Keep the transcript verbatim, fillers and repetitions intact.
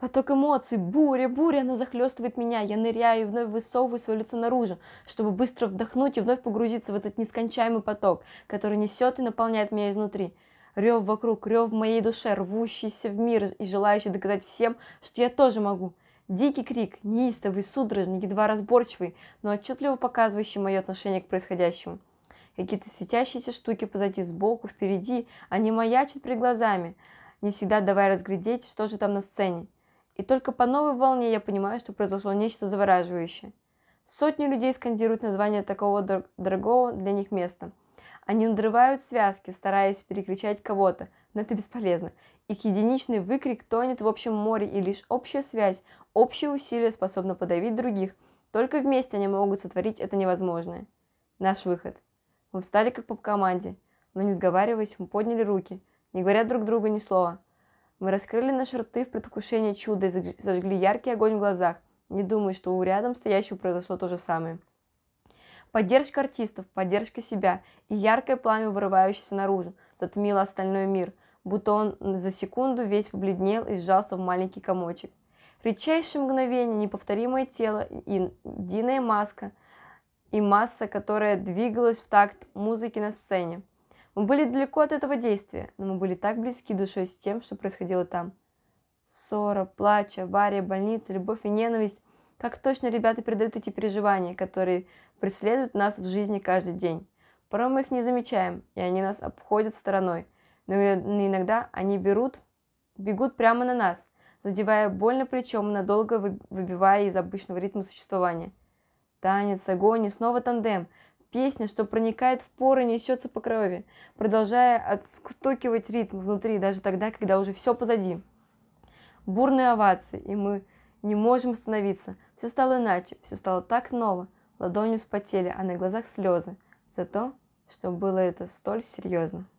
Поток эмоций, буря, буря, она захлестывает меня. Я ныряю и вновь высовываю свое лицо наружу, чтобы быстро вдохнуть и вновь погрузиться в этот нескончаемый поток, который несет и наполняет меня изнутри. Рев вокруг, рев в моей душе, рвущийся в мир и желающий доказать всем, что я тоже могу. Дикий крик, неистовый, судорожный, едва разборчивый, но отчетливо показывающий мое отношение к происходящему. Какие-то светящиеся штуки позади, сбоку, впереди, они маячат перед глазами, не всегда давая разглядеть, что же там на сцене. И только по новой волне я понимаю, что произошло нечто завораживающее. Сотни людей скандируют название такого дор- дорогого для них места. Они надрывают связки, стараясь перекричать кого-то, но это бесполезно. Их единичный выкрик тонет в общем море, и лишь общая связь, общее усилие способно подавить других. Только вместе они могут сотворить это невозможное. Наш выход. Мы встали как по команде, но не сговариваясь, мы подняли руки, не говоря друг другу ни слова. Мы раскрыли наши рты в предвкушении чуда и зажгли яркий огонь в глазах, не думая, что у рядом стоящего произошло то же самое. Поддержка артистов, поддержка себя и яркое пламя, вырывающееся наружу, затмило остальной мир, будто он за секунду весь побледнел и сжался в маленький комочек. Редчайшее мгновение, неповторимое тело и единая маска и масса, которая двигалась в такт музыки на сцене. Мы были далеко от этого действия, но мы были так близки душой с тем, что происходило там. Ссора, плач, авария, больница, любовь и ненависть. Как точно ребята передают эти переживания, которые преследуют нас в жизни каждый день. Порой мы их не замечаем, и они нас обходят стороной. Но иногда они берут, бегут прямо на нас, задевая больно плечом, надолго выбивая из обычного ритма существования. Танец, огонь и снова тандем. Песня, что проникает в поры, несется по крови, продолжая отстукивать ритм внутри, даже тогда, когда уже все позади. Бурные овации, и мы не можем остановиться. Все стало иначе, все стало так ново. Ладони вспотели, а на глазах слезы. За то, что было это столь серьезно.